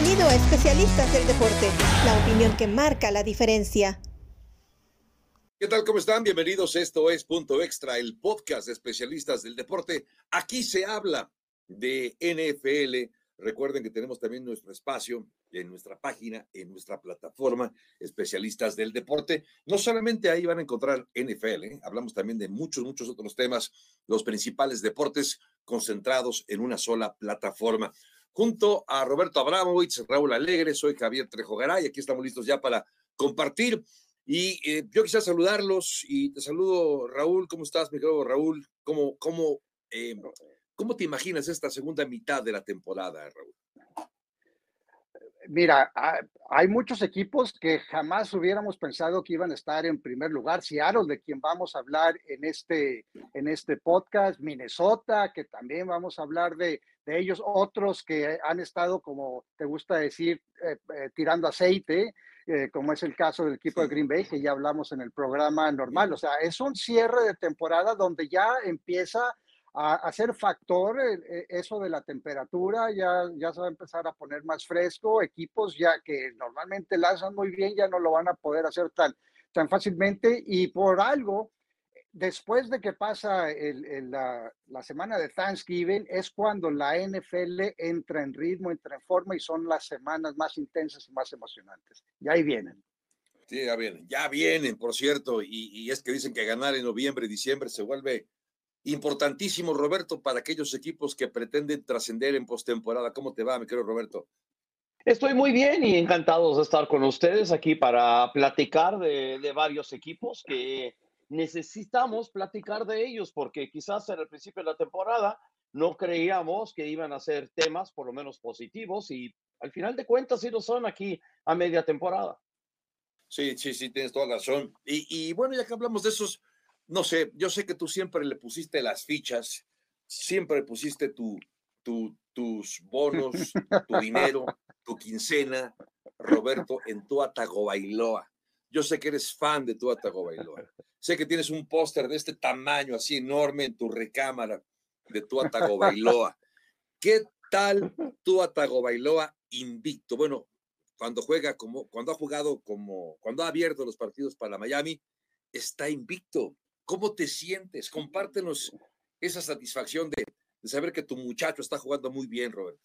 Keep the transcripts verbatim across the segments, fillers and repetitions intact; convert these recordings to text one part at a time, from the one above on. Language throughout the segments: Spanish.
Bienvenido a Especialistas del Deporte, la opinión que marca la diferencia. ¿Qué tal? ¿Cómo están? Bienvenidos. Esto es Punto Extra, el podcast de Especialistas del Deporte. Aquí se habla de N F L. Recuerden que tenemos también nuestro espacio en nuestra página, en nuestra plataforma, Especialistas del Deporte. No solamente ahí van a encontrar N F L, ¿eh? Hablamos también de muchos, muchos otros temas, los principales deportes concentrados en una sola plataforma. Junto a Roberto Abramovich, Raúl Alegre, soy Javier Trejo Garay. Aquí estamos listos ya para compartir. Y eh, yo quisiera saludarlos y te saludo, Raúl. ¿Cómo estás, mi querido Raúl? ¿Cómo, cómo, eh, ¿Cómo te imaginas esta segunda mitad de la temporada, Raúl? Mira, hay muchos equipos que jamás hubiéramos pensado que iban a estar en primer lugar. Seattle, de quien vamos a hablar en este, en este podcast, Minnesota, que también vamos a hablar de, de ellos, otros que han estado, como te gusta decir, eh, eh, tirando aceite, eh, como es el caso del equipo de Green Bay, que ya hablamos en el programa normal. O sea, es un cierre de temporada donde ya empieza a, a ser factor eh, eso de la temperatura, ya, ya se va a empezar a poner más fresco, equipos ya que normalmente lanzan muy bien ya no lo van a poder hacer tan, tan fácilmente y por algo, después de que pasa el, el, la, la semana de Thanksgiving es cuando la N F L entra en ritmo, entra en forma y son las semanas más intensas y más emocionantes. Y ahí vienen. Sí, ya vienen, ya vienen, por cierto, y, y es que dicen que ganar en noviembre y diciembre se vuelve importantísimo, Roberto, para aquellos equipos que pretenden trascender en postemporada. ¿Cómo te va, mi querido Roberto? Estoy muy bien y encantados de estar con ustedes aquí para platicar de, de varios equipos que necesitamos platicar de ellos, porque quizás en el principio de la temporada no creíamos que iban a ser temas por lo menos positivos y al final de cuentas sí lo son aquí a media temporada. Sí, sí, sí, tienes toda la razón. Y, y bueno, ya que hablamos de esos, no sé, yo sé que tú siempre le pusiste las fichas, siempre pusiste tu, tu, tus bonos, tu dinero, tu quincena, Roberto, en Tua Tagovailoa. Yo sé que eres fan de Tua Tagovailoa. Sé que tienes un póster de este tamaño, así enorme, en tu recámara de Tua Tagovailoa. ¿Qué tal Tua Tagovailoa invicto? Bueno, cuando juega como, cuando ha jugado como, cuando ha abierto los partidos para Miami, está invicto. ¿Cómo te sientes? Compártenos esa satisfacción de, de saber que tu muchacho está jugando muy bien, Roberto.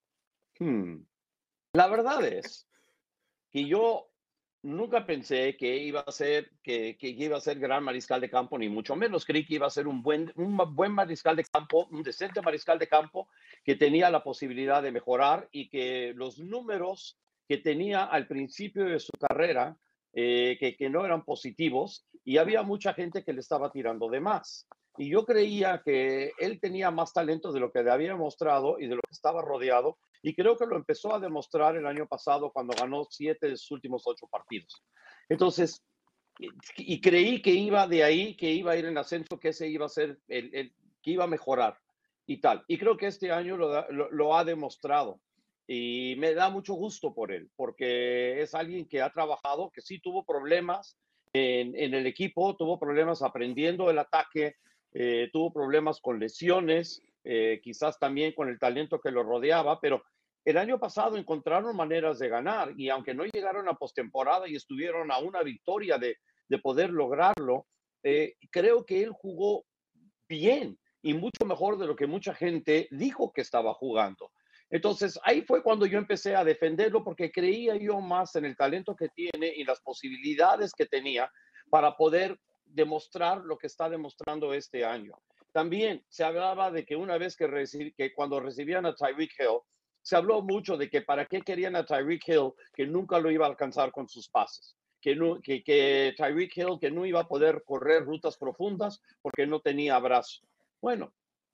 Hmm. La verdad es que yo nunca pensé que iba a ser que, que iba a ser gran mariscal de campo, ni mucho menos creí que iba a ser un buen, un buen mariscal de campo, un decente mariscal de campo que tenía la posibilidad de mejorar y que los números que tenía al principio de su carrera, eh, que, que no eran positivos y había mucha gente que le estaba tirando de más. Y yo creía que él tenía más talento de lo que le había mostrado y de lo que estaba rodeado. Y creo que lo empezó a demostrar el año pasado cuando ganó siete de sus últimos ocho partidos. Entonces, y, y creí que iba de ahí, que iba a ir en ascenso, que ese iba a ser el, el que iba a mejorar y tal. Y creo que este año lo, lo, lo ha demostrado. Y me da mucho gusto por él, porque es alguien que ha trabajado, que sí tuvo problemas en, en el equipo, tuvo problemas aprendiendo el ataque, eh, tuvo problemas con lesiones, eh, quizás también con el talento que lo rodeaba, pero el año pasado encontraron maneras de ganar y aunque no llegaron a postemporada y estuvieron a una victoria de, de poder lograrlo, eh, creo que él jugó bien y mucho mejor de lo que mucha gente dijo que estaba jugando. Entonces ahí fue cuando yo empecé a defenderlo porque creía yo más en el talento que tiene y las posibilidades que tenía para poder demostrar lo que está demostrando este año. También se hablaba de que una vez que, recib que cuando recibían a Tyreek Hill, se habló mucho de que para qué querían a Tyreek Hill, que nunca lo iba a alcanzar con sus pases, que, no, que, que Tyreek Hill que no iba a poder correr rutas profundas porque no tenía brazo. Bueno,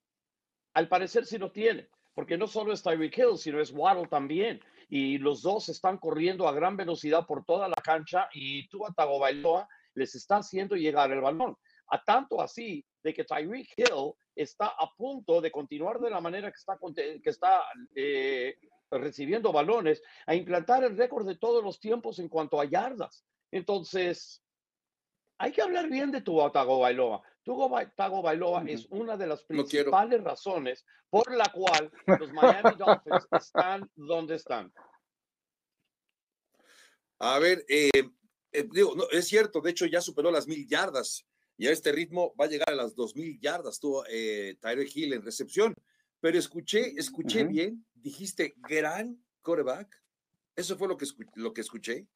al parecer sí lo tiene, porque no solo es Tyreek Hill, sino es Waddle también. Y los dos están corriendo a gran velocidad por toda la cancha y Tua Tagovailoa les está haciendo llegar el balón. A tanto así de que Tyreek Hill está a punto de continuar de la manera que está, que está eh, recibiendo balones, a implantar el récord de todos los tiempos en cuanto a yardas. Entonces, hay que hablar bien de Tua Tagovailoa. Tua Tagovailoa uh-huh. es una de las principales no razones por la cual los Miami Dolphins están donde están. A ver, eh, eh, digo, no, es cierto, de hecho ya superó las mil yardas y a este ritmo va a llegar a las dos mil yardas, tuvo eh, Tyreek Hill en recepción, pero escuché, escuché Uh-huh. bien, dijiste gran quarterback, eso fue lo que, escu- lo que escuché.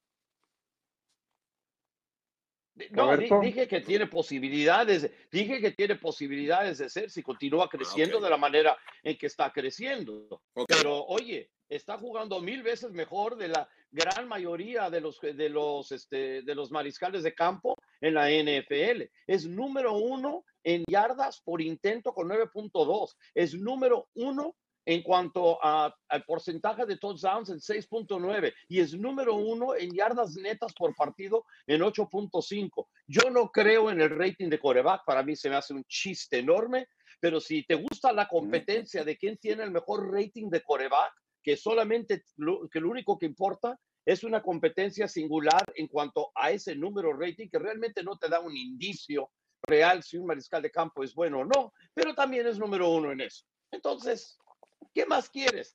No, di- Roberto. dije que tiene posibilidades, dije que tiene posibilidades de ser si continúa Ah, ok, creciendo de la manera en que está creciendo. ok. Pero oye, está jugando mil veces mejor de la gran mayoría de los de los este, de los mariscales de campo en la N F L. Es número uno en yardas por intento con nueve punto dos. Es número uno en cuanto a, al porcentaje de touchdowns en seis punto nueve y es número uno en yardas netas por partido en ocho punto cinco. Yo no creo en el rating de quarterback, para mí se me hace un chiste enorme, pero si te gusta la competencia de quién tiene el mejor rating de quarterback, que solamente lo, que lo único que importa es una competencia singular en cuanto a ese número rating que realmente no te da un indicio real si un mariscal de campo es bueno o no, pero también es número uno en eso. Entonces, ¿qué más quieres?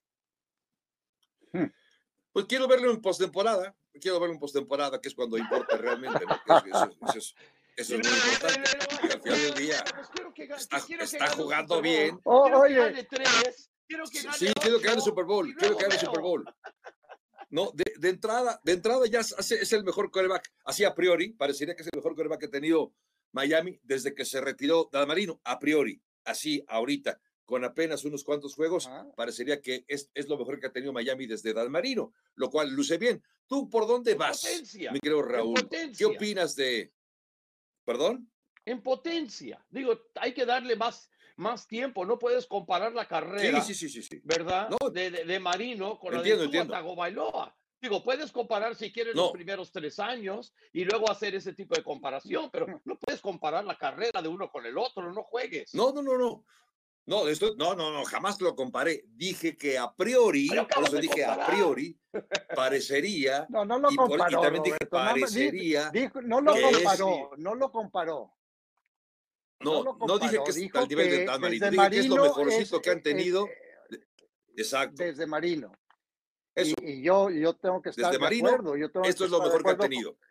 Hmm. Pues quiero verlo en postemporada, quiero verlo en postemporada, que es cuando importa realmente, ¿no? Eso, eso, eso, es, eso es muy importante. Y al final del día está, está jugando bien. Oh, Quiero que oye, gane tres, quiero que gane Sí, quiero que gane el ocho, Super Bowl, y quiero luego que gane el Super veo. Bowl. No, de, de entrada, de entrada ya es, es el mejor quarterback. Así a priori, parecería que es el mejor quarterback que ha tenido Miami desde que se retiró Dan Marino. A priori, así ahorita, con apenas unos cuantos juegos, Ajá. parecería que es, es lo mejor que ha tenido Miami desde Dan Marino, lo cual luce bien. ¿Tú por dónde En vas, potencia, mi querido en Raúl? ¿Qué potencia, opinas de, perdón? en potencia. Digo, hay que darle más, más tiempo. No puedes comparar la Sí, carrera, sí, sí, sí, sí. ¿verdad? No, De, de, de Marino con la de entiendo, Tua entiendo. Tagovailoa. Digo, puedes comparar si quieres los No, primeros tres años y luego hacer ese tipo de comparación, pero no puedes comparar la carrera de uno con el otro, no juegues. no, no, no, no. No, esto, no, no, no, jamás lo comparé. Dije que a priori, Lo por acabas eso de dije a comparar. priori, parecería, no, no lo y, por, y comparó, también dije Roberto. Nada más, di- parecería dijo, no lo No, que es, comparó, sí. no lo comparó, no no, lo no dije comparó. que es al Dijo nivel de que Dan Marino, desde dije que es lo Marino es, mejorcito que han eh, eh, tenido. eh, Exacto, desde Marino. eso, Y, y yo, yo tengo que estar desde de Marino, acuerdo, yo tengo esto que es lo estar de mejor que han acuerdo con, tenido.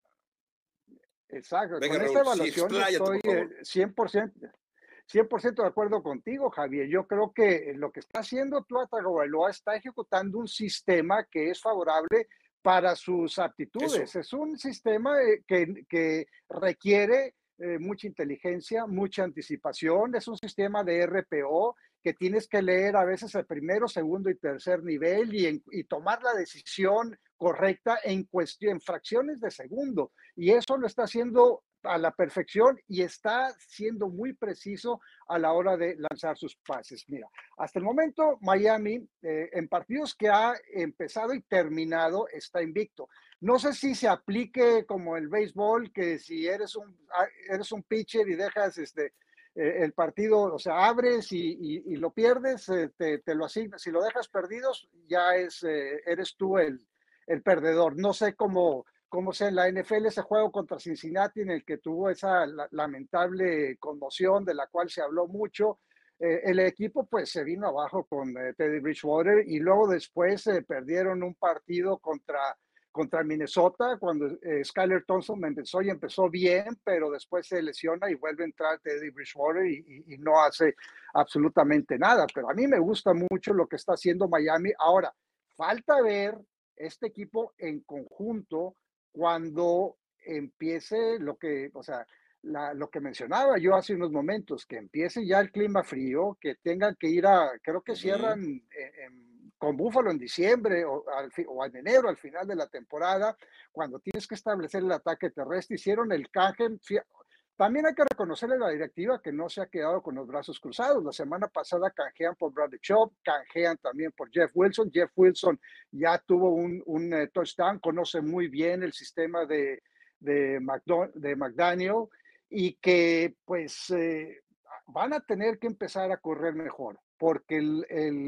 exacto, Venga, con esta Raúl, sí, evaluación expláyate, estoy por eh, favor. cien por ciento, cien por ciento de acuerdo contigo, Javier. Yo creo que lo que está haciendo Tua Tagovailoa está ejecutando un sistema que es favorable para sus aptitudes. Eso, Es un sistema eh, que, que requiere eh, mucha inteligencia, mucha anticipación. Es un sistema de R P O que tienes que leer a veces el primero, segundo y tercer nivel y, en, y tomar la decisión correcta en cuestión, en fracciones de segundo. Y eso lo está haciendo a la perfección y está siendo muy preciso a la hora de lanzar sus pases. Mira, hasta el momento Miami eh, en partidos que ha empezado y terminado está invicto. No sé si se aplique como el béisbol, que si eres un, eres un pitcher y dejas este, eh, el partido, o sea, abres y, y, y lo pierdes, eh, te, te, lo asignas. Si lo dejas perdidos, ya es, eh, eres tú el, el perdedor. No sé cómo como sea en la N F L, ese juego contra Cincinnati en el que tuvo esa la, lamentable conmoción de la cual se habló mucho, eh, el equipo pues se vino abajo con eh, Teddy Bridgewater y luego después eh, perdieron un partido contra, contra Minnesota cuando eh, Skyler Thompson empezó y empezó bien, pero después se lesiona y vuelve a entrar Teddy Bridgewater y, y, y no hace absolutamente nada. Pero a mí me gusta mucho lo que está haciendo Miami. Ahora, falta ver este equipo en conjunto cuando empiece lo que, o sea, la, lo que mencionaba yo hace unos momentos, que empiece ya el clima frío, que tengan que ir a, creo que uh cierran -huh. en, en, con Búfalo en diciembre o, al, o en enero, al final de la temporada, cuando tienes que establecer el ataque terrestre, hicieron el canje. También hay que reconocerle a la directiva que no se ha quedado con los brazos cruzados. La semana pasada canjean por Bradley Chubb, canjean también por Jeff Wilson. Jeff Wilson ya tuvo un, un uh, touchdown, conoce muy bien el sistema de, de, McDon de McDaniel y que pues eh, van a tener que empezar a correr mejor porque el, el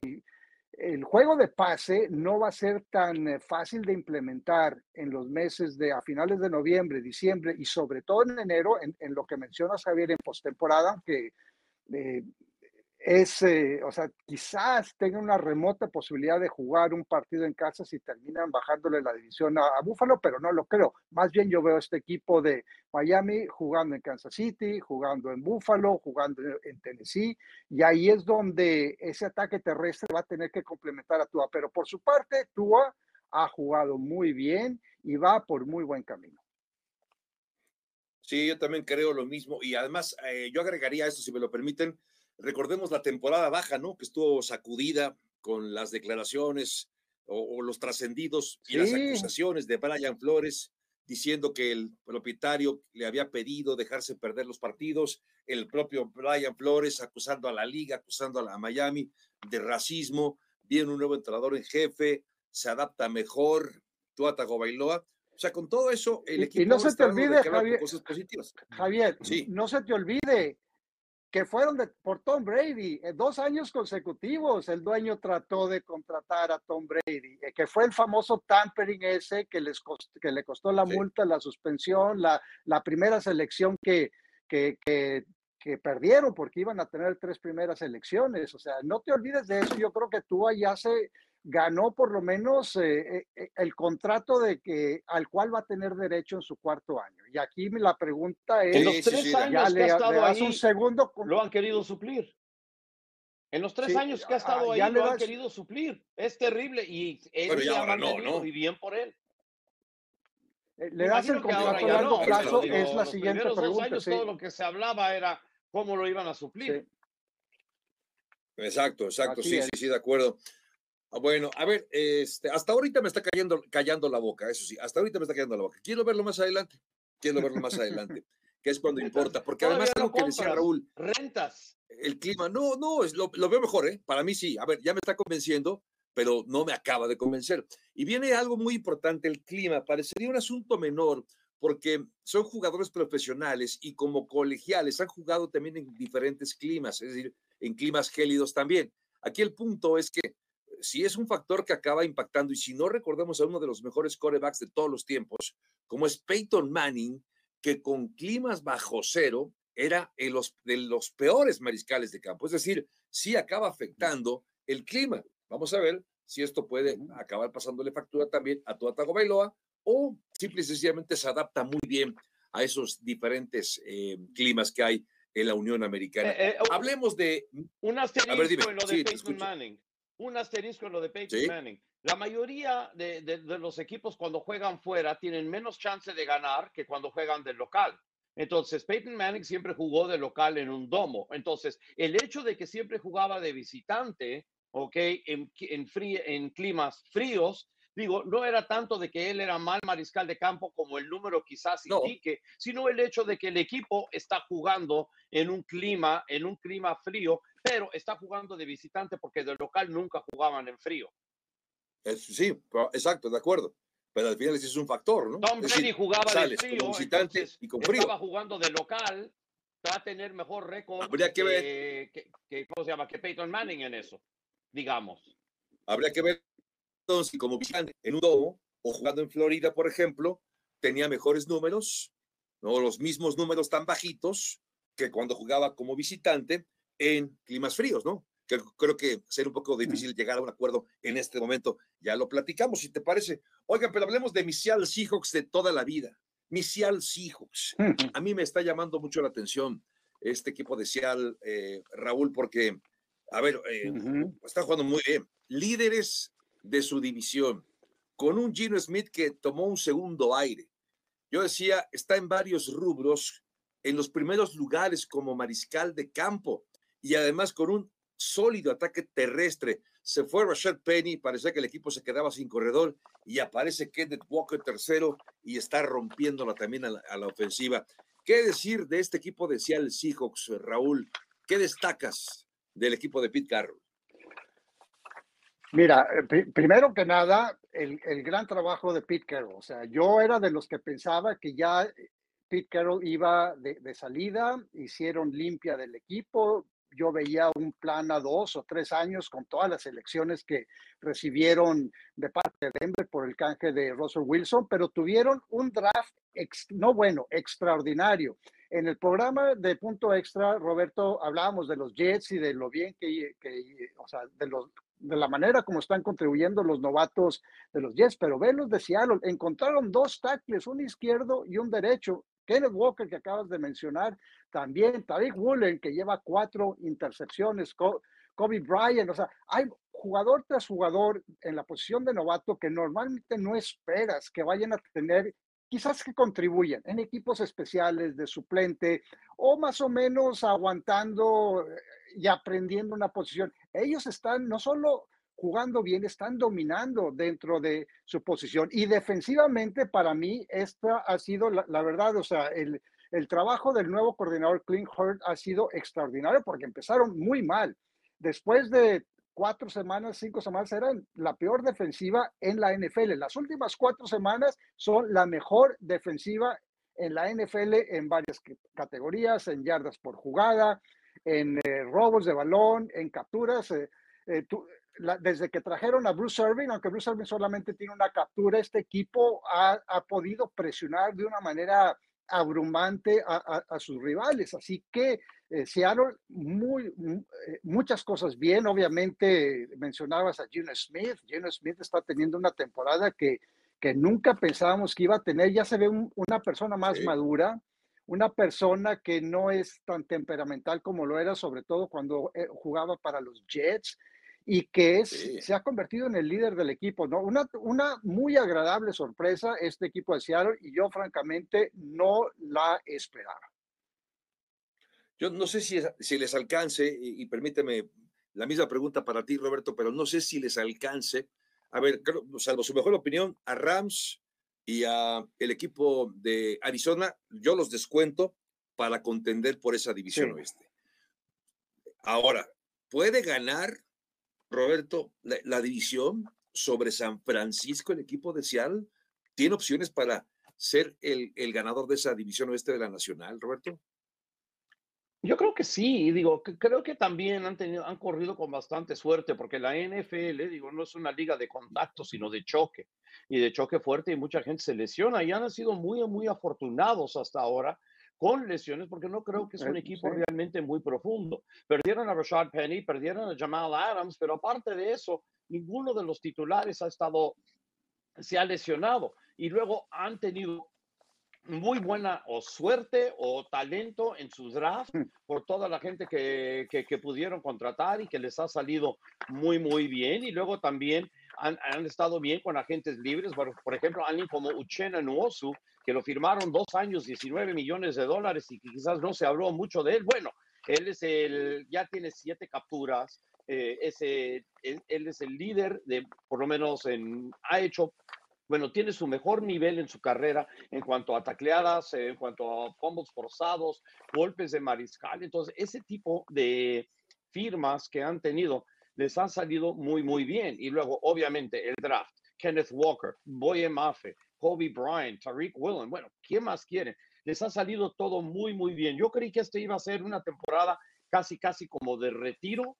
el juego de pase no va a ser tan fácil de implementar en los meses de a finales de noviembre, diciembre y sobre todo en enero, en, en lo que mencionas, Javier, en postemporada, que eh, es, eh, o sea, quizás tenga una remota posibilidad de jugar un partido en casa si terminan bajándole la división a, a Buffalo, pero no lo creo. Más bien yo veo este equipo de Miami jugando en Kansas City, jugando en Buffalo, jugando en Tennessee, y ahí es donde ese ataque terrestre va a tener que complementar a Tua. Pero por su parte, Tua ha jugado muy bien y va por muy buen camino. Sí, yo también creo lo mismo. Y además, eh, yo agregaría esto, si me lo permiten. Recordemos la temporada baja, ¿no? Que estuvo sacudida con las declaraciones o, o los trascendidos y las Sí, acusaciones de Brian Flores diciendo que el propietario le había pedido dejarse perder los partidos. El propio Brian Flores acusando a la liga, acusando a la Miami de racismo. Viene un nuevo entrenador en jefe, se adapta mejor, Tua Tagovailoa. O sea, con todo eso, el y, y equipo no ahora se te está dando de olvide, que hablar por Javier, cosas positivas. Javier, Sí, no se te olvide que fueron de, por Tom Brady, eh, dos años consecutivos el dueño trató de contratar a Tom Brady, eh, que fue el famoso tampering ese que, les cost, que le costó la sí. multa, la suspensión, la, la primera selección que, que, que, que perdieron porque iban a tener tres primeras elecciones. O sea, no te olvides de eso. Yo creo que tú allá se ganó por lo menos eh, eh, el contrato de que, al cual va a tener derecho en su cuarto año. Y aquí la pregunta En es, los Sí, sí, tres sí, de ya años que ha le, le estado das un ahí, segundo, lo han querido suplir. En los tres sí, años que ha ah, estado ya ahí, le lo han das, querido suplir. Es terrible y él bueno, ya se ha ahora no, mantenido ¿no? y bien por él. eh, Me le das el imagino que Sí, ahora contrato a ya ahora, largo no, ahorita pero no. plazo, es digo, la los siguiente primeros dos pregunta, años sí, todo lo que se hablaba era cómo lo iban a suplir. sí, Exacto, exacto, así sí, sí, es. sí, de acuerdo. Ah, bueno, a ver, este, hasta ahorita me está cayendo, callando la boca, eso sí, hasta ahorita me está callando la boca. Quiero verlo más adelante, quiero verlo más adelante, que es cuando importa, porque además Todavía no algo que decía compras, Raúl, rentas. el clima, no, no, es lo, lo veo mejor, ¿eh? Para mí sí, a ver, ya me está convenciendo, pero no me acaba de convencer. Y viene algo muy importante, el clima, parecería un asunto menor, porque son jugadores profesionales y como colegiales han jugado también en diferentes climas, es decir, en climas gélidos también. Aquí el punto es que si es un factor que acaba impactando, y si no recordamos a uno de los mejores quarterbacks de todos los tiempos, como es Peyton Manning, que con climas bajo cero era en los, de los peores mariscales de campo. Es decir, sí acaba afectando el clima. Vamos a ver si esto puede acabar pasándole factura también a Tua Tagovailoa o simple y sencillamente se adapta muy bien a esos diferentes eh, climas que hay en la Unión Americana. Eh, eh, Hablemos de... un A ver, dime. asterisco en lo de Sí, te Peyton escucho. Manning. Un asterisco en lo de Peyton Sí, Manning. La mayoría de, de, de los equipos cuando juegan fuera tienen menos chance de ganar que cuando juegan del local. Entonces, Peyton Manning siempre jugó de local en un domo. Entonces, el hecho de que siempre jugaba de visitante, ¿ok? En, en, frí, en climas fríos, digo, no era tanto de que él era mal mariscal de campo como el número quizás no, indique, sino el hecho de que el equipo está jugando en un clima, en un clima frío, pero está jugando de visitante porque de local nunca jugaban en frío. es, sí, exacto, de acuerdo. Pero al final ese es un factor, ¿no? Tom Es Brady decir, jugaba de sales como frío, visitante entonces y con frío. estaba jugando de local, va a tener mejor récord Habría que ver, que, que, que, ¿cómo se llama? Que Peyton Manning en eso, digamos. habría que ver entonces como visitante en un domo o jugando en Florida, por ejemplo, tenía mejores números, no los mismos números tan bajitos que cuando jugaba como visitante en climas fríos, ¿no? Que creo que sería un poco difícil llegar a un acuerdo en este momento. Ya lo platicamos, si te parece. Oigan, pero hablemos de mis Seattle Seahawks de toda la vida. Mis Seattle Seahawks. A mí me está llamando mucho la atención este equipo de Seattle, eh, Raúl, porque, a ver, eh, Uh-huh. está jugando muy bien. Líderes de su división, con un Gino Smith que tomó un segundo aire. Yo decía, está en varios rubros, en los primeros lugares como mariscal de campo y además con un sólido ataque terrestre. Se fue Rashad Penny, parecía que el equipo se quedaba sin corredor y aparece Kenneth Walker tercero y está rompiéndola también a la, a la ofensiva. ¿Qué decir de este equipo de Seattle Seahawks, Raúl? ¿Qué destacas del equipo de Pete Carroll? Mira, pr primero que nada, el, el, gran trabajo de Pete Carroll. O sea, yo era de los que pensaba que ya Pete Carroll iba de, de salida, hicieron limpia del equipo. Yo veía un plan a dos o tres años con todas las elecciones que recibieron de parte de Denver por el canje de Russell Wilson, pero tuvieron un draft, ex, no bueno, extraordinario. En el programa de Punto Extra, Roberto, hablábamos de los Jets y de lo bien que, que o sea, de, los, de la manera como están contribuyendo los novatos de los Jets, pero ven los de Seattle, encontraron dos tackles, un izquierdo y un derecho. Kenneth Walker, que acabas de mencionar, también Tariq Woolen, que lleva cuatro intercepciones, Kobe Bryant, o sea, hay jugador tras jugador en la posición de novato que normalmente no esperas que vayan a tener, quizás que contribuyen en equipos especiales de suplente o más o menos aguantando y aprendiendo una posición. Ellos están no solo jugando bien, están dominando dentro de su posición. Y defensivamente, para mí, esta ha sido la, la verdad, o sea, el, el trabajo del nuevo coordinador Clint Hurtt ha sido extraordinario porque empezaron muy mal. Después de cuatro semanas, cinco semanas, eran la peor defensiva en la N F L. Las últimas cuatro semanas son la mejor defensiva en la N F L en varias categorías, en yardas por jugada, en eh, robos de balón, en capturas. Eh, eh, tú, la, desde que trajeron a Bruce Irvin, aunque Bruce Irvin solamente tiene una captura, este equipo ha, ha podido presionar de una manera abrumante a, a, a sus rivales. Así que eh, Seattle, muy, muy, muchas cosas bien. Obviamente mencionabas a Geno Smith. Geno Smith está teniendo una temporada que, que nunca pensábamos que iba a tener. Ya se ve un, una persona más sí. madura, una persona que no es tan temperamental como lo era, sobre todo cuando eh, jugaba para los Jets, y que es, sí. se ha convertido en el líder del equipo, ¿no? Una, una muy agradable sorpresa este equipo de Seattle, y yo francamente no la esperaba. Yo no sé si, si les alcance, y, y permíteme la misma pregunta para ti, Roberto, pero no sé si les alcance, a ver, creo, salvo su mejor opinión, a Rams y a el equipo de Arizona, yo los descuento para contender por esa división sí. oeste. Ahora, ¿puede ganar Roberto la, la división sobre San Francisco, el equipo de Seattle? ¿Tiene opciones para ser el, el ganador de esa división oeste de la Nacional, Roberto? Yo creo que sí, digo, que creo que también han tenido, han corrido con bastante suerte, porque la N F L, digo, no es una liga de contacto, sino de choque, y de choque fuerte, y mucha gente se lesiona, y han sido muy, muy afortunados hasta ahora con lesiones, porque no creo que es un equipo sí. realmente muy profundo. Perdieron a Rashad Penny, perdieron a Jamal Adams, pero aparte de eso, ninguno de los titulares ha estado, se ha lesionado, y luego han tenido muy buena o suerte o talento en sus drafts por toda la gente que, que, que pudieron contratar y que les ha salido muy, muy bien. Y luego también han, han estado bien con agentes libres. Por, por ejemplo, alguien como Uchenna Nwosu, que lo firmaron dos años, diecinueve millones de dólares y que quizás no se habló mucho de él. Bueno, él es el, ya tiene siete capturas. Eh, ese, él, él es el líder de, por lo menos, en, ha hecho... Bueno, tiene su mejor nivel en su carrera en cuanto a tacleadas, en cuanto a fumbles forzados, golpes de mariscal. Entonces, ese tipo de firmas que han tenido les han salido muy, muy bien. Y luego, obviamente, el draft. Kenneth Walker, Boye Mafe, Kobe Bryant, Tariq Woolen. Bueno, ¿quién más quiere? Les ha salido todo muy, muy bien. Yo creí que este iba a ser una temporada casi, casi como de retiro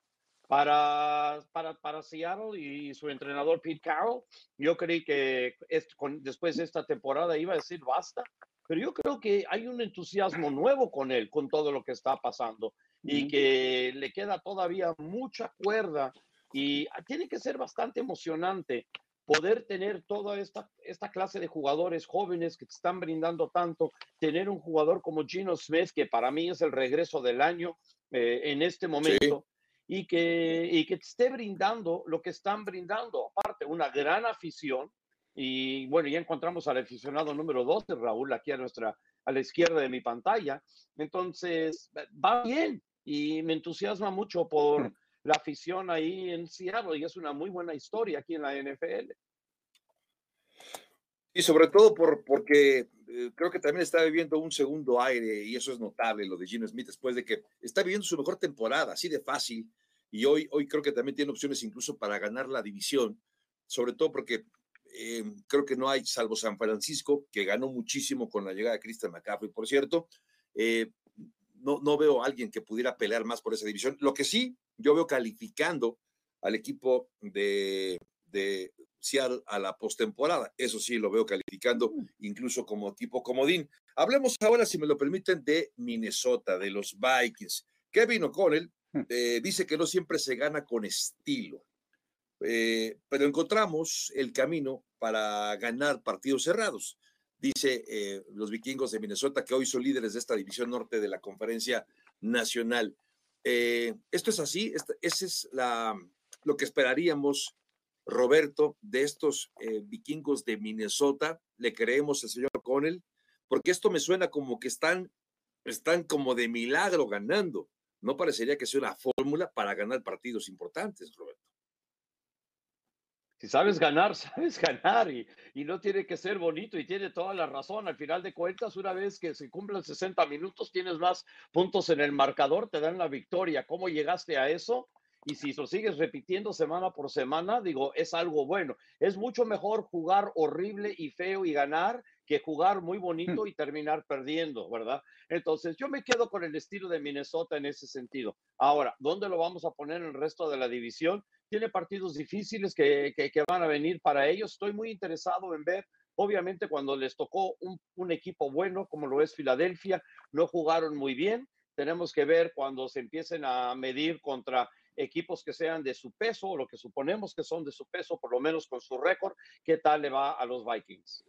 para, para, para Seattle y su entrenador Pete Carroll. Yo creí que es, con, después de esta temporada iba a decir basta, pero yo creo que hay un entusiasmo nuevo con él, con todo lo que está pasando, y que le queda todavía mucha cuerda, y tiene que ser bastante emocionante poder tener toda esta, esta clase de jugadores jóvenes que te están brindando tanto, tener un jugador como Geno Smith, que para mí es el regreso del año eh, en este momento, sí. Y que, y que te esté brindando lo que están brindando. Aparte, una gran afición. Y bueno, ya encontramos al aficionado número doce, Raúl, aquí a, nuestra, a la izquierda de mi pantalla. Entonces, va bien. Y me entusiasma mucho por la afición ahí en Seattle. Y es una muy buena historia aquí en la N F L. Y sobre todo por, porque eh, creo que también está viviendo un segundo aire, y eso es notable, lo de Geno Smith, después de que está viviendo su mejor temporada, así de fácil, y hoy, hoy creo que también tiene opciones incluso para ganar la división, sobre todo porque eh, creo que no hay, salvo San Francisco, que ganó muchísimo con la llegada de Christian McCaffrey, por cierto, eh, no, no veo a alguien que pudiera pelear más por esa división. Lo que sí, yo veo calificando al equipo de... de Seattle a la postemporada, eso sí lo veo calificando incluso como equipo comodín. Hablemos ahora, si me lo permiten, de Minnesota, de los Vikings. Kevin O'Connell eh, dice que no siempre se gana con estilo, eh, pero encontramos el camino para ganar partidos cerrados. Dice eh, los vikingos de Minnesota, que hoy son líderes de esta división norte de la Conferencia Nacional. Eh, esto es así, esta, ese es la, lo que esperaríamos, Roberto, de estos eh, vikingos de Minnesota. ¿Le creemos al señor O'Connell? Porque esto me suena como que están, están como de milagro ganando. No parecería que sea una fórmula para ganar partidos importantes, Roberto. Si sabes ganar, sabes ganar y, y no tiene que ser bonito y tiene toda la razón. Al final de cuentas, una vez que se cumplen sesenta minutos, tienes más puntos en el marcador, te dan la victoria. ¿Cómo llegaste a eso? Y si lo sigues repitiendo semana por semana, digo, es algo bueno. Es mucho mejor jugar horrible y feo y ganar que jugar muy bonito y terminar perdiendo, ¿verdad? Entonces, yo me quedo con el estilo de Minnesota en ese sentido. Ahora, ¿dónde lo vamos a poner en el resto de la división? Tiene partidos difíciles que, que, que van a venir para ellos. Estoy muy interesado en ver, obviamente, cuando les tocó un, un equipo bueno, como lo es Filadelfia, no jugaron muy bien. Tenemos que ver cuando se empiecen a medir contra equipos que sean de su peso, o lo que suponemos que son de su peso, por lo menos con su récord, qué tal le va a los Vikings.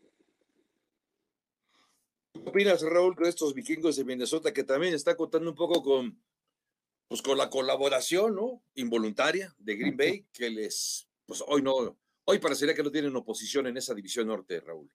¿Qué opinas, Raúl, de estos vikingos de Minnesota que también está contando un poco con, pues, con la colaboración, ¿no?, involuntaria de Green Bay, que les, pues hoy no, hoy parecería que no tienen oposición en esa división norte, Raúl?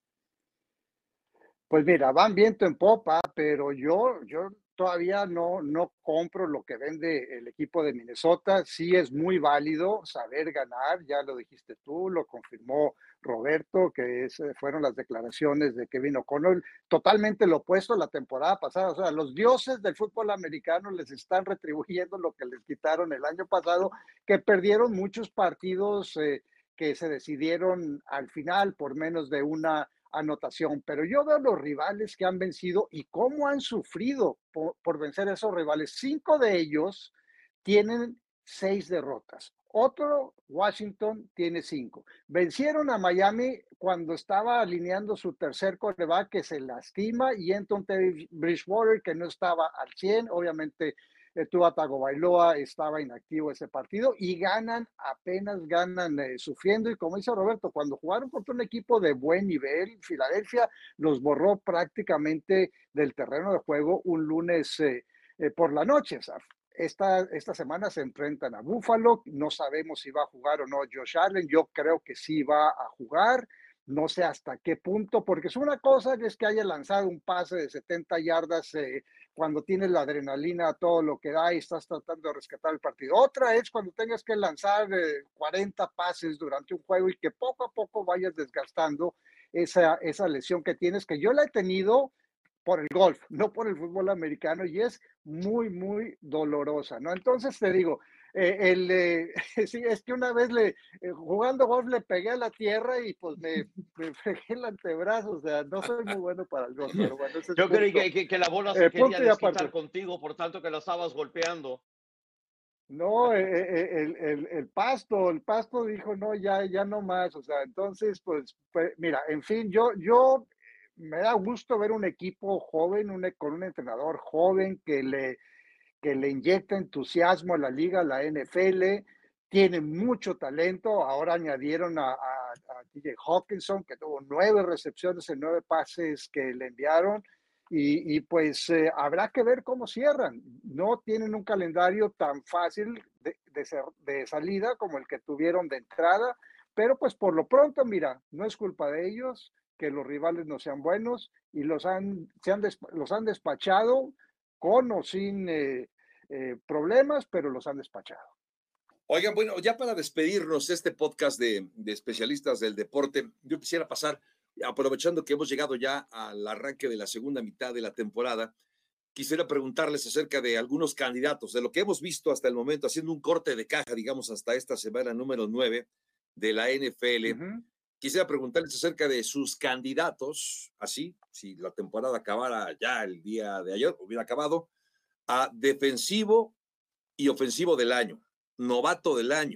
Pues mira, van viento en popa, pero yo, yo todavía no, no compro lo que vende el equipo de Minnesota. Sí es muy válido saber ganar, ya lo dijiste tú, lo confirmó Roberto, que es, fueron las declaraciones de Kevin O'Connell, totalmente lo opuesto a la temporada pasada. O sea, los dioses del fútbol americano les están retribuyendo lo que les quitaron el año pasado, que perdieron muchos partidos eh, que se decidieron al final por menos de una anotación, pero yo veo los rivales que han vencido y cómo han sufrido por, por vencer a esos rivales. Cinco de ellos tienen seis derrotas. Otro, Washington, tiene cinco. Vencieron a Miami cuando estaba alineando su tercer quarterback, que se lastima, y entonces Teddy Bridgewater, que no estaba al cien, obviamente eh, Tua Tagovailoa estaba inactivo ese partido, y ganan, apenas ganan eh, sufriendo, y como dice Roberto, cuando jugaron contra un equipo de buen nivel, Filadelfia los borró prácticamente del terreno de juego un lunes eh, eh, por la noche. O sea, esta, esta semana se enfrentan a Buffalo, no sabemos si va a jugar o no Josh Allen, yo creo que sí va a jugar, no sé hasta qué punto, porque es una cosa que es que haya lanzado un pase de setenta yardas eh, cuando tienes la adrenalina a todo lo que da y estás tratando de rescatar el partido. Otra es cuando tengas que lanzar eh, cuarenta pases durante un juego y que poco a poco vayas desgastando esa, esa lesión que tienes, que yo la he tenido por el golf, no por el fútbol americano, y es muy, muy dolorosa, ¿no? Entonces te digo, eh, el, eh, sí, es que una vez le, eh, jugando golf le pegué a la tierra y pues me, me fregué el antebrazo, o sea, no soy muy bueno para el golf, pero bueno, ese es Yo punto, creí que, que, que la bola se eh, quería desquitar aparte. contigo, por tanto que la estabas golpeando. No, eh, el, el, el, pasto, el pasto dijo, no, ya, ya no más, o sea, entonces, pues, pues mira, en fin, yo, yo me da gusto ver un equipo joven, un, con un entrenador joven que le, que le inyecta entusiasmo a la liga, a la N F L, tiene mucho talento, ahora añadieron a, a, a D J Hawkinson, que tuvo nueve recepciones en nueve pases que le enviaron, y, y pues eh, habrá que ver cómo cierran. No tienen un calendario tan fácil de, de, ser, de salida como el que tuvieron de entrada, pero pues por lo pronto, mira, no es culpa de ellos que los rivales no sean buenos y los han, se han, des, los han despachado con o sin eh, eh, problemas, pero los han despachado. Oigan, bueno, ya para despedirnos este podcast de, de especialistas del deporte, yo quisiera pasar, aprovechando que hemos llegado ya al arranque de la segunda mitad de la temporada, quisiera preguntarles acerca de algunos candidatos, de lo que hemos visto hasta el momento, haciendo un corte de caja, digamos, hasta esta semana número nueve de la N F L. Uh-huh. Quisiera preguntarles acerca de sus candidatos, así, si la temporada acabara ya el día de ayer, hubiera acabado, a defensivo y ofensivo del año, novato del año,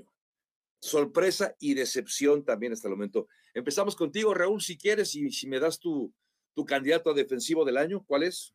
sorpresa y decepción también hasta el momento. Empezamos contigo, Raúl, si quieres, y si me das tu, tu candidato a defensivo del año, ¿cuál es?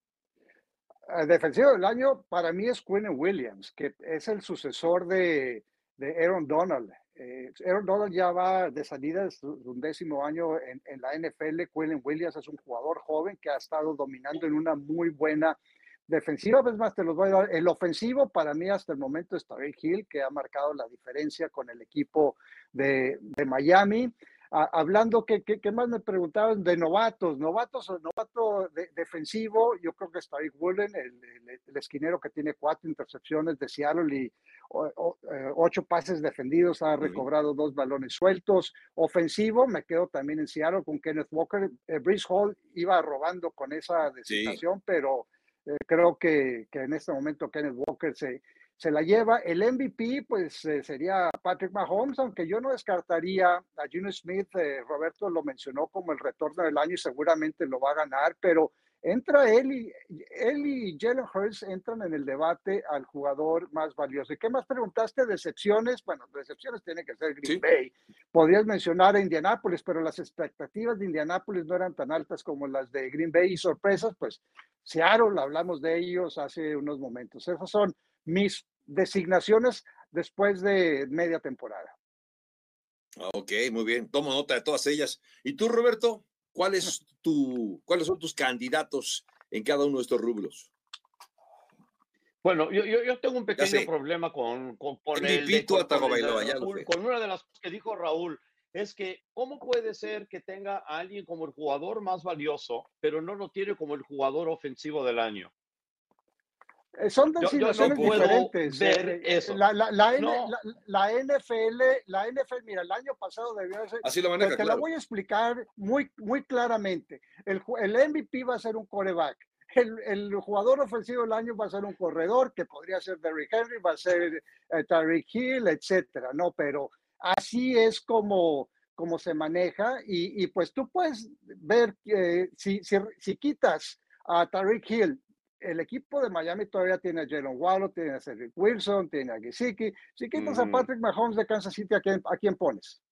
El defensivo del año para mí es Quinnen Williams, que es el sucesor de, de Aaron Donald. Eh, Aaron Donald ya va de salida, es su undécimo año en, en la N F L. Quinnen Williams es un jugador joven que ha estado dominando en una muy buena defensiva. Es más, te los voy a dar. El ofensivo para mí hasta el momento es Tyreek Hill, que ha marcado la diferencia con el equipo de, de Miami. Ah, hablando, ¿qué, qué, ¿qué más me preguntaban de novatos? Novatos o novato de, defensivo, yo creo que es Tariq Woolen, el, el, el esquinero que tiene cuatro intercepciones de Seattle y o, o, eh, ocho pases defendidos, ha recobrado dos balones sueltos. Ofensivo, me quedo también en Seattle con Kenneth Walker. Eh, Breece Hall iba robando con esa designación, sí. pero eh, creo que, que en este momento Kenneth Walker se... se la lleva. El M V P, pues eh, sería Patrick Mahomes, aunque yo no descartaría a Geno Smith. eh, Roberto lo mencionó como el retorno del año y seguramente lo va a ganar, pero entra él y, él y Jalen Hurts entran en el debate al jugador más valioso. ¿Y qué más preguntaste? ¿Decepciones? Bueno, decepciones tiene que ser Green sí. Bay. Podrías mencionar a Indianapolis, pero las expectativas de Indianapolis no eran tan altas como las de Green Bay, y sorpresas, pues Seattle, hablamos de ellos hace unos momentos. Esas son mis designaciones después de media temporada. Ok, muy bien. Tomo nota de todas ellas. ¿Y tú, Roberto? ¿Cuál es tu, ¿Cuáles son tus candidatos en cada uno de estos rubros? Bueno, yo, yo, yo tengo un pequeño problema con, con, con, el de, con, con, el de Raúl, con una de las cosas que dijo Raúl. Es que, ¿cómo puede ser que tenga a alguien como el jugador más valioso, pero no lo tiene como el jugador ofensivo del año? Son designaciones yo, yo no diferentes. Ver eso. La, la, la, no. la, la N F L, la N F L, mira, el año pasado debió ser. Así lo maneja, te, te claro. la voy a explicar muy, muy claramente. El, el M V P va a ser un quarterback. El, el jugador ofensivo del año va a ser un corredor, que podría ser Derrick Henry, va a ser eh, Tyreek Hill, etcétera, ¿no? Pero así es como, como se maneja. Y, y pues tú puedes ver que eh, si, si, si quitas a Tyreek Hill, el equipo de Miami todavía tiene a Jalen Waddle, tiene a Cedric Wilson, tiene a Gesicki. Si quitas mm. a Patrick Mahomes de Kansas City, ¿a quién, a quién pones?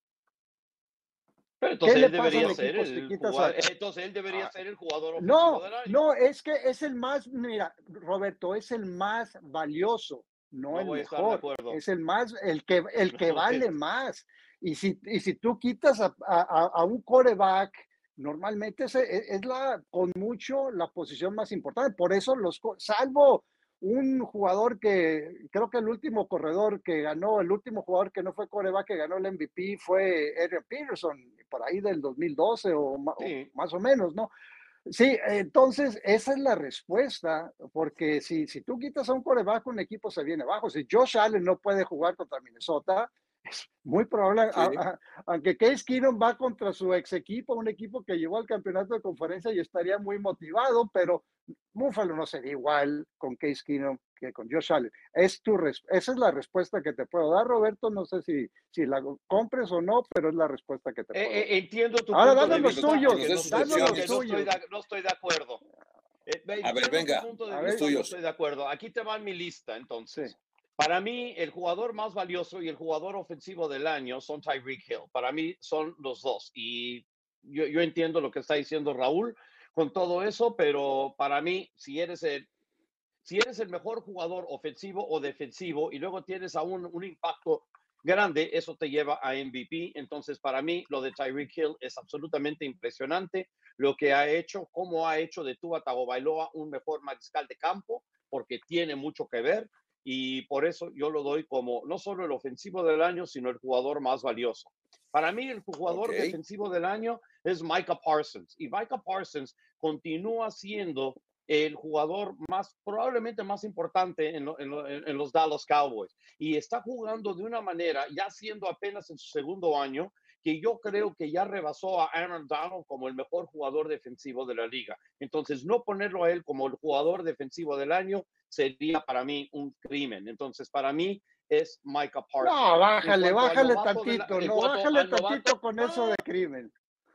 Pero entonces él debería ser el jugador, a... entonces él debería ah, ser el jugador ofensivo no, del año. No, es que es el más, mira, Roberto, es el más valioso, no, no el mejor. Es el más, el que, el que vale más. Y si, y si tú quitas a, a, a un quarterback, normalmente es, es la, con mucho la posición más importante. Por eso, los salvo un jugador que, creo que el último corredor que ganó, el último jugador que no fue quarterback que ganó el M V P fue Adrian Peterson, por ahí del dos mil doce o, sí. o más o menos, ¿no? Sí, entonces esa es la respuesta, porque si, si tú quitas a un quarterback, un equipo se viene abajo. Si Josh Allen no puede jugar contra Minnesota, es muy probable, sí. a, a, aunque Case Keenum va contra su ex equipo, un equipo que llegó al campeonato de conferencia y estaría muy motivado, pero Buffalo no sería igual con Case Keenum que con Josh Allen. Es tu esa es la respuesta que te puedo dar, Roberto. No sé si, si la compres o no, pero es la respuesta que te puedo dar. Eh, eh, entiendo tu Ahora, punto danos los tuyos. No, no, no, estoy de, no estoy de acuerdo. Eh, a ver, venga, a ver, no estoy de acuerdo. Aquí te va mi lista, entonces. Sí. Para mí, el jugador más valioso y el jugador ofensivo del año son Tyreek Hill. Para mí son los dos. Y yo, yo entiendo lo que está diciendo Raúl con todo eso, pero para mí, si eres el, si eres el mejor jugador ofensivo o defensivo y luego tienes aún un impacto grande, eso te lleva a M V P. Entonces, para mí, lo de Tyreek Hill es absolutamente impresionante. Lo que ha hecho, cómo ha hecho de Tua Tagovailoa un mejor mariscal de campo, porque tiene mucho que ver. Y por eso yo lo doy como no solo el ofensivo del año, sino el jugador más valioso. Para mí, el jugador okay. defensivo del año es Micah Parsons. Y Micah Parsons continúa siendo el jugador más, probablemente más importante en, lo, en, lo, en los Dallas Cowboys. Y está jugando de una manera, ya siendo apenas en su segundo año, que yo creo que ya rebasó a Aaron Donald como el mejor jugador defensivo de la liga. Entonces, no ponerlo a él como el jugador defensivo del año sería para mí un crimen. Entonces, para mí es Micah Parsons. No, bájale, bájale tantito, la, no, bájale tantito novato, con no, eso de crimen.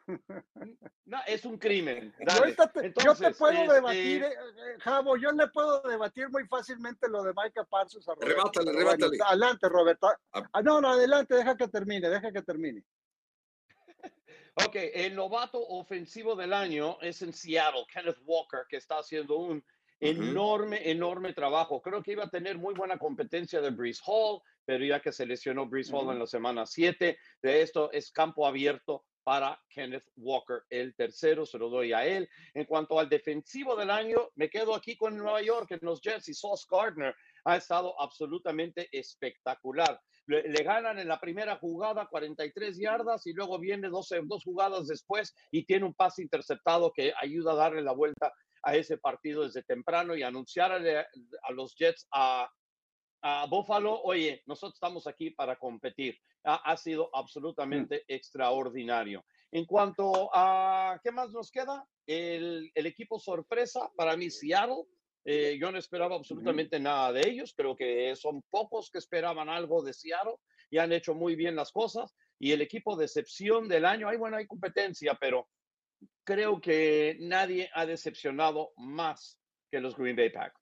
No, es un crimen. Yo te, Entonces, yo te puedo este... debatir, eh, Javo, yo le puedo debatir muy fácilmente lo de Micah Parsons a Roberto. Rebátale, rebátale. Bueno, adelante, Roberto. Ah, no, no, adelante, deja que termine, deja que termine. Ok, el novato ofensivo del año es en Seattle, Kenneth Walker, que está haciendo un Ujú. enorme, enorme trabajo. Creo que iba a tener muy buena competencia de Breece Hall, pero ya que se lesionó Breece Hall en Ujú. la semana siete, de esto es campo abierto para Kenneth Walker. El tercero se lo doy a él. En cuanto al defensivo del año, me quedo aquí con Nueva York, en los Jets, y Sauce Gardner ha estado absolutamente espectacular. Le, le, ganan en la primera jugada cuarenta y tres yardas y luego viene doce, dos jugadas después y tiene un pase interceptado que ayuda a darle la vuelta a ese partido desde temprano y anunciar a, a los Jets a, a Buffalo, oye, nosotros estamos aquí para competir. Ha, ha sido absolutamente mm. extraordinario. En cuanto a, ¿qué más nos queda? El, el equipo sorpresa, para mí, Seattle. Eh, yo no esperaba absolutamente uh-huh. nada de ellos. Creo que son pocos que esperaban algo de Seattle y han hecho muy bien las cosas. Y el equipo decepción del año, ay, bueno, hay competencia, pero creo que nadie ha decepcionado más que los Green Bay Packers.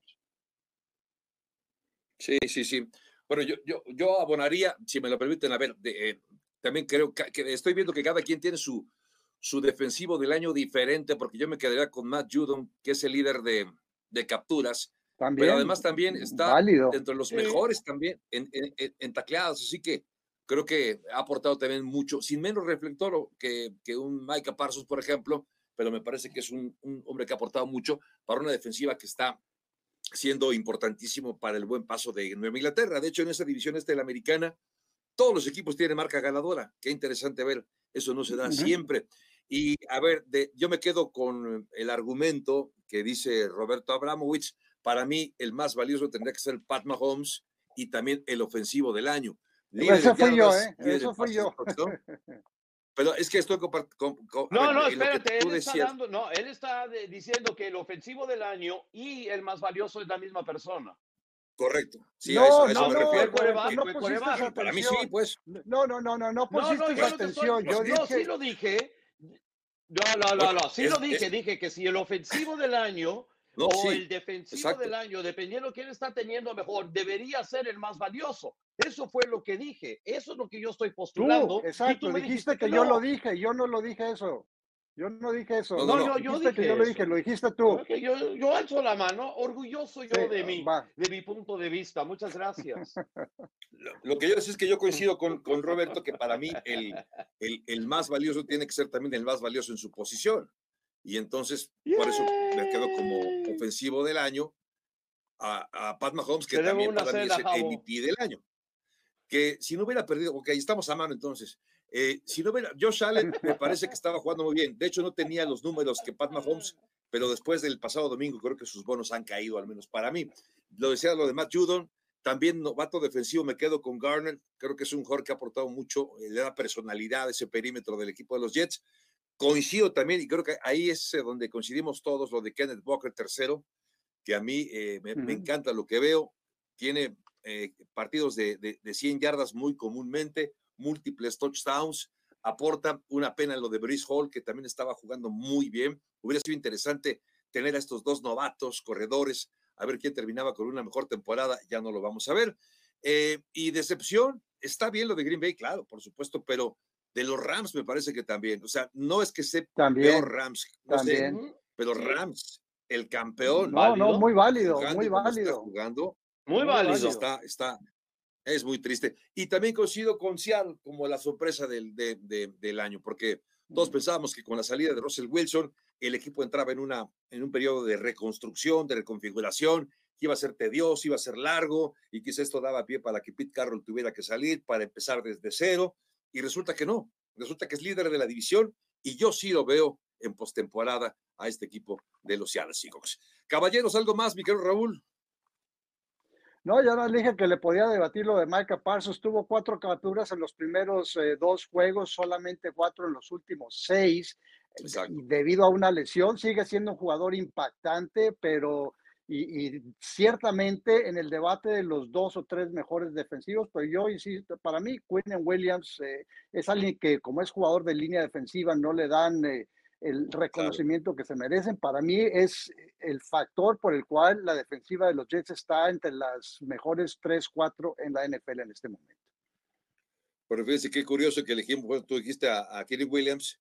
Sí, sí, sí. Bueno, yo, yo, yo abonaría, si me lo permiten, a ver, de, eh, también creo que, que estoy viendo que cada quien tiene su, su defensivo del año diferente, porque yo me quedaría con Matt Judon, que es el líder de, de capturas, también, pero además también está válido. dentro de los Sí. mejores también en, en, en, en tacleadas, así que creo que ha aportado también mucho, sin menos reflector que, que un Micah Parsons, por ejemplo, pero me parece que es un, un hombre que ha aportado mucho para una defensiva que está siendo importantísimo para el buen paso de Nueva Inglaterra. De hecho, en esa división este de la americana, todos los equipos tienen marca ganadora. Qué interesante ver, eso no se da uh-huh. siempre. Y a ver, de, yo me quedo con el argumento que dice Roberto Abramovich. Para mí, el más valioso tendría que ser Pat Mahomes y también el ofensivo del año. Eso fui yo, ¿eh? Eso fui yo. Pero es que estoy con, con, con no, ver, no, en espérate, lo que tú él está decías, dando, no, él está de, diciendo que el ofensivo del año y el más valioso es la misma persona. Correcto. Sí, no, a eso, a eso no, me no, refiero. Roberto, no fue pusiste esa atención. Para mí sí, pues. No, no, no, no, no pusiste no, no, esa yo atención. No, yo no, dije... sí lo dije. No, no, bueno, no, no, sí es, lo dije, es... dije que si el ofensivo del año no, o sí, el defensivo exacto. del año, dependiendo de quién está teniendo mejor, debería ser el más valioso. Eso fue lo que dije. Eso es lo que yo estoy postulando. Tú, exacto, y tú me dijiste, dijiste que, que yo no. lo dije, yo no lo dije eso. Yo no dije eso. No, no, no. no yo, yo dijiste dije que yo lo eso. dije, lo dijiste tú. Okay, yo, yo alzo la mano, orgulloso yo sí, de, mi, va. de mi punto de vista. Muchas gracias. Lo, lo que yo decía es que yo coincido con, con Roberto que para mí el, el, el más valioso tiene que ser también el más valioso en su posición. Y entonces, Yay. por eso me quedo como ofensivo del año a, a Pat Mahomes, que Tenemos también una para mí cena, es el M V P del año. Que si no hubiera perdido, ok, estamos a mano entonces. Eh, si no hubiera, Josh Allen me parece que estaba jugando muy bien. De hecho, no tenía los números que Pat Mahomes, pero después del pasado domingo creo que sus bonos han caído, al menos para mí. Lo decía lo de Matt Judon, también novato defensivo, me quedo con Garner. Creo que es un jugador que ha aportado mucho, eh, le da personalidad a ese perímetro del equipo de los Jets. Coincido también, y creo que ahí es donde coincidimos todos, lo de Kenneth Walker tercero, que a mí eh, me, uh-huh. me encanta lo que veo. Tiene eh, partidos de, de, de cien yardas muy comúnmente, múltiples touchdowns, aporta una pena en lo de Breece Hall, que también estaba jugando muy bien. Hubiera sido interesante tener a estos dos novatos corredores, a ver quién terminaba con una mejor temporada, ya no lo vamos a ver. Eh, y decepción, está bien lo de Green Bay, claro, por supuesto, pero de los Rams me parece que también, o sea, no es que sea también, peor Rams, no también. sé, pero sí. Rams, el campeón. No, ¿válido? no, muy válido, jugando muy válido. Está jugando, muy válido. Está, está, es muy triste. Y también coincido con Seattle como la sorpresa del, de, de, del año, porque todos mm. pensábamos que con la salida de Russell Wilson, el equipo entraba en, una, en un periodo de reconstrucción, de reconfiguración, que iba a ser tedioso, iba a ser largo, y quizás esto daba pie para que Pete Carroll tuviera que salir para empezar desde cero, y resulta que no, resulta que es líder de la división, y yo sí lo veo en postemporada a este equipo de los Seattle Seahawks. Caballeros, ¿algo más, mi querido Raúl? No, ya les dije que le podía debatir lo de Micah Parsons. Tuvo cuatro capturas en los primeros eh, dos juegos, solamente cuatro en los últimos seis. Exacto. Debido a una lesión, sigue siendo un jugador impactante, pero y, y ciertamente en el debate de los dos o tres mejores defensivos, pero yo insisto, para mí Quinnen Williams eh, es alguien que como es jugador de línea defensiva no le dan eh, el reconocimiento claro. que se merecen. Para mí es el factor por el cual la defensiva de los Jets está entre las mejores tres, cuatro en la N F L en este momento. Pero fíjense qué curioso que elegimos, bueno, tú dijiste a, a Quinnen Williams,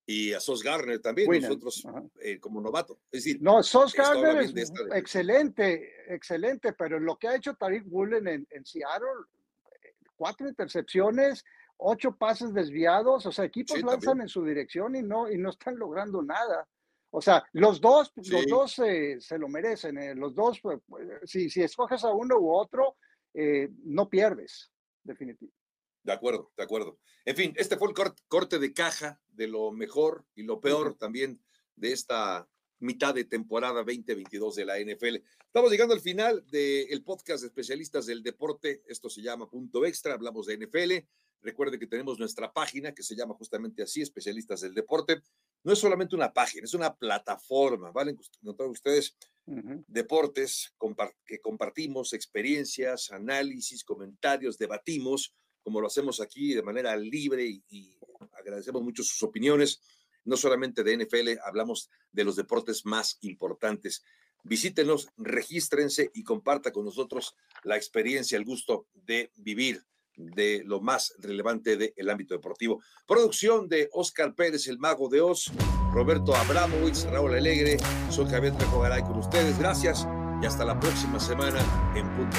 y a Sauce Gardner también, Winner. nosotros eh, como novato. Es decir, no, Sauce Gardner es esta... excelente, excelente, pero lo que ha hecho Tariq Woolen en, en Seattle, cuatro intercepciones, ocho pases desviados, o sea, equipos sí, lanzan también. en su dirección y no, y no están logrando nada. O sea, los dos, sí. los dos eh, se lo merecen, eh, los dos, pues, si, si escoges a uno u otro, eh, no pierdes, definitivamente. De acuerdo, de acuerdo. En fin, este fue el corte, corte de caja de lo mejor y lo peor uh-huh. también de esta mitad de temporada veinte veintidós de la N F L. Estamos llegando al final del podcast de especialistas del deporte. Esto se llama Punto Extra, hablamos de N F L. Recuerde que tenemos nuestra página que se llama justamente así, Especialistas del Deporte. No es solamente una página, es una plataforma, ¿vale? Encontrar ustedes uh-huh. deportes compart- que compartimos, experiencias, análisis, comentarios, debatimos, como lo hacemos aquí de manera libre y, y agradecemos mucho sus opiniones. No solamente de N F L, hablamos de los deportes más importantes. Visítenos, regístrense y comparta con nosotros la experiencia, el gusto de vivir de lo más relevante del ámbito deportivo. Producción de Oscar Pérez, el Mago de Oz, Roberto Abramovich, Raúl Alegre, soy Javier Trejo Garay con ustedes. Gracias y hasta la próxima semana en Punto.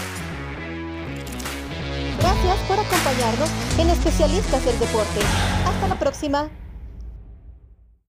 Gracias por acompañarnos en Especialistas del Deporte. Hasta la próxima.